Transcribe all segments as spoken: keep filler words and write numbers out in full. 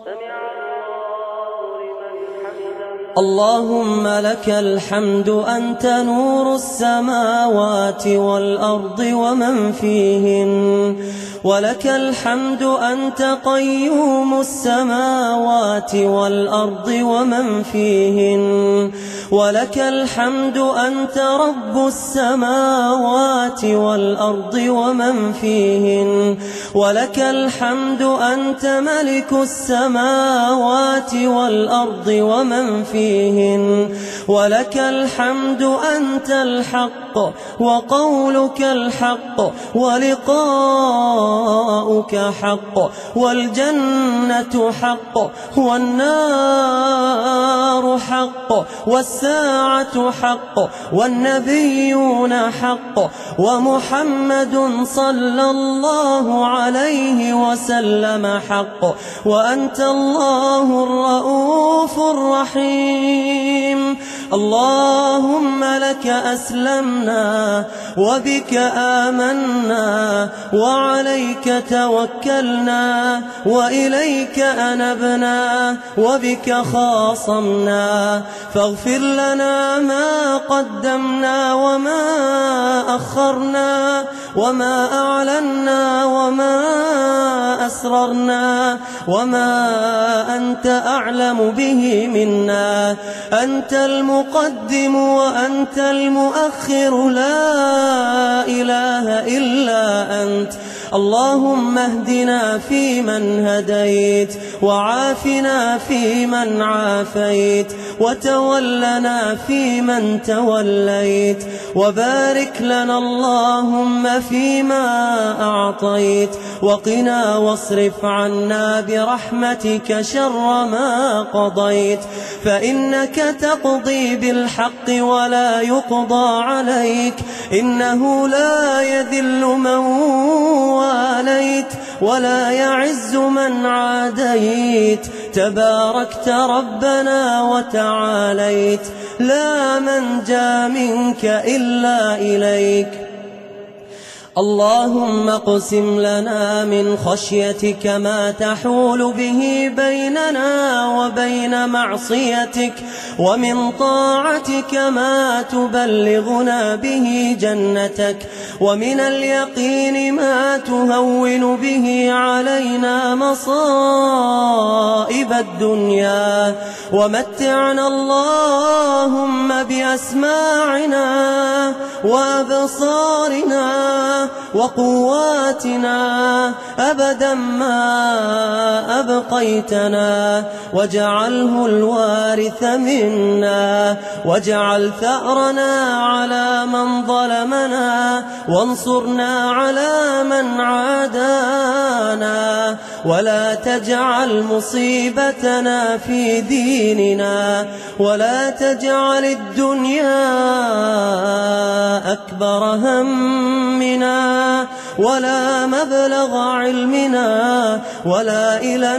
اللهم لك الحمد أنت نور السماوات والأرض ومن فيهن، ولك الحمد أنت قيوم السماوات والأرض ومن فيهن، ولك الحمد أنت رب السماوات والأرض ومن فيهن، ولك الحمد أنت ملك السماوات والأرض ومن فيهن، ولك الحمد أنت الحق وقولك الحق ولقاؤك حق، والجنة حق والنار حق والساعة حق والنبيون حق ومحمد صلى الله عليه وسلم حق، وأنت الله الرؤوف الرحيم. اللهم لك أسلمنا وبك آمنا وعليك توكلنا وإليك أنبنا وبك خاصمنا، فاغفر لنا ما قدمنا وما أخرنا وما أعلنا وما أسررنا وما أنت أعلم به منا. أنت المقدم وأنت المؤخر، لا إله إلا أنت. اللهم اهدنا فيمن هديت، وعافنا فيمن عافيت، وتولنا فيمن توليت، وبارك لنا اللهم فيما أعطيت، وقنا واصرف عنا برحمتك شر ما قضيت، فإنك تقضي بالحق ولا يقضى عليك، إنه لا يذل من واليت ولا يعز من عاديت، تباركت ربنا وتعاليت، لا منجا منك إلا إليك. اللهم اقسم لنا من خشيتك ما تحول به بيننا وبين معصيتك، ومن طاعتك ما تبلغنا به جنتك، ومن اليقين ما تهون به علينا مصائب الدنيا، ومتعنا اللهم بأسماعنا وأبصارنا وقواتنا أبدا ما أبقيتنا، واجعله الوارث منا، واجعل ثأرنا على من ظلمنا، وانصرنا على من عادانا، ولا تجعل مصيبتنا في ديننا، ولا تجعل الدنيا أكبر همنا ولا مبلغ علمنا ولا إلى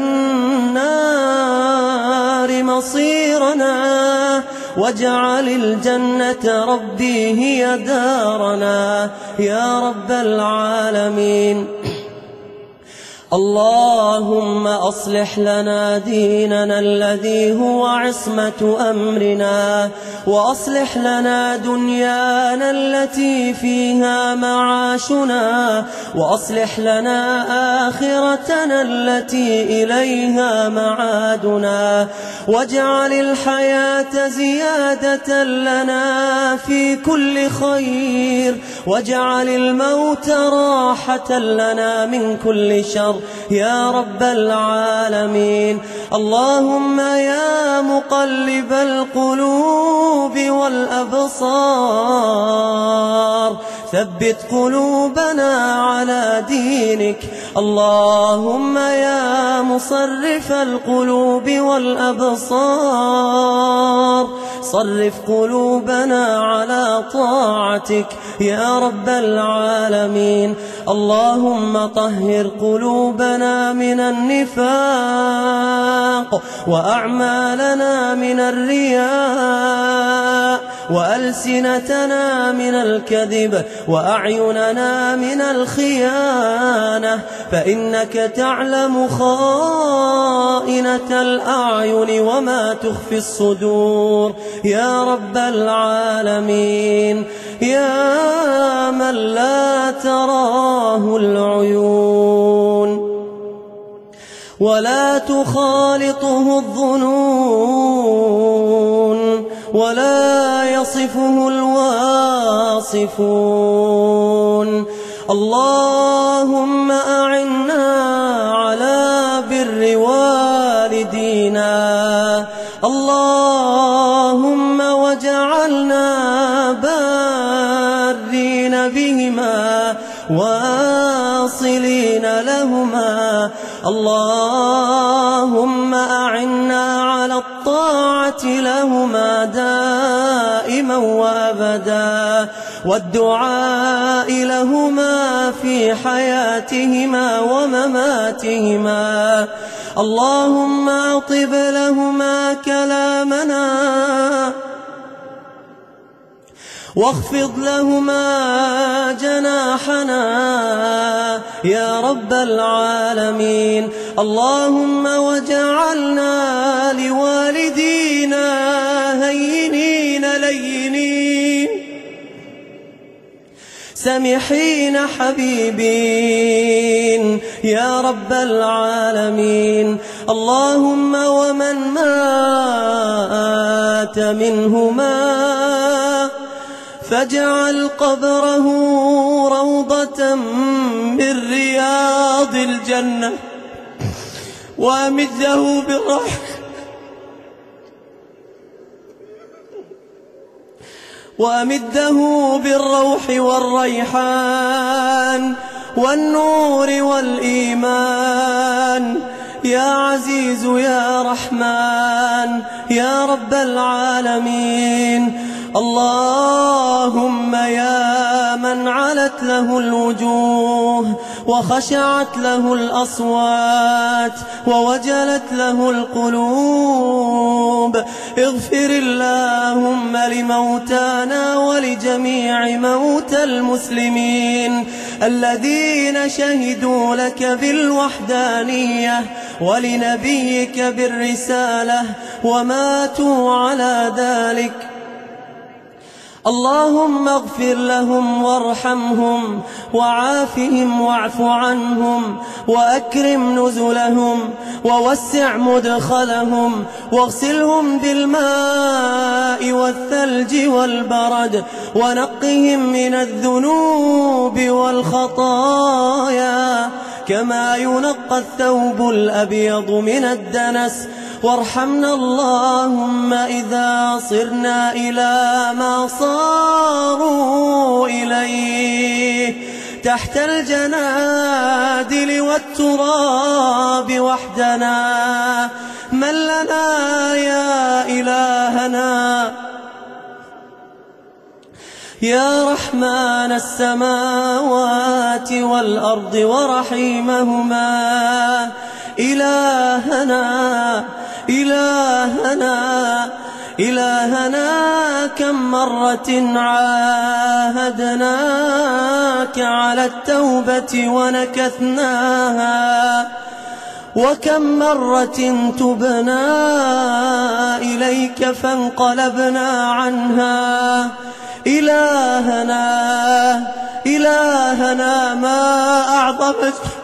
النار مصيرنا، واجعل الجنة ربي هي دارنا يا رب العالمين. اللهم أصلح لنا ديننا الذي هو عصمة أمرنا، وأصلح لنا دنيانا التي فيها معاشنا، وأصلح لنا آخرتنا التي إليها معادنا، واجعل الحياة زيادة لنا في كل خير، واجعل الموت راحة لنا من كل شر يا رب العالمين. اللهم يا مقلب القلوب والأبصار ثبت قلوبنا على دينك. اللهم يا مصرف القلوب والأبصار صرف قلوبنا على طاعتك يا رب العالمين. اللهم طهر قلوبنا من النفاق وأعمالنا من الرياء وألسنتنا من الكذب وأعيننا من الخيانة، فإنك تعلم خائنة الأعين وما تخفي الصدور يا رب العالمين، يا من لا تراه العيون ولا تخالطه الظنون ولا يصفه الواصفون. اللهم أعنا على بر والدينا، اللهم واجعلنا بارين بهما واصلين لهما، اللهم أعنا على الطاعة لهما دائما وأبدا، والدعاء لهما في حياتهما ومماتهما. اللهم أطب لهما كلامنا واخفض لهما جناحنا يا رب العالمين. اللهم واجعلنا لوالدينا هينين لينين سمحين حبيبين يا رب العالمين. اللهم ومن مات منهما فاجعل قبره روضة من رياض الجنة، وأمده بالرحمة وأمده بالروح والريحان والنور والإيمان يا عزيز يا رحمن يا رب العالمين. اللهم يا من علت له الوجوه وخشعت له الأصوات ووجلت له القلوب، اغفر اللهم لموتانا ولجميع موتى المسلمين الذين شهدوا لك بالوحدانية ولنبيك بالرسالة وماتوا على ذلك. اللهم اغفر لهم وارحمهم وعافهم واعف عنهم وأكرم نزلهم ووسع مدخلهم واغسلهم بالماء والثلج والبرد ونقهم من الذنوب والخطايا كما ينقى الثوب الأبيض من الدنس. وارحمنا اللهم إذا صرنا إلى ما صاروا إليه تحت الجنادل والتراب وحدنا، من لنا يا إلهنا يا رحمن السماوات والأرض ورحيمهما. إلهنا إلهنا إلهنا كم مرة عاهدناك على التوبة ونكثناها، وكم مرة تبنا إليك فانقلبنا عنها. إلهنا إلهنا ما أعظمك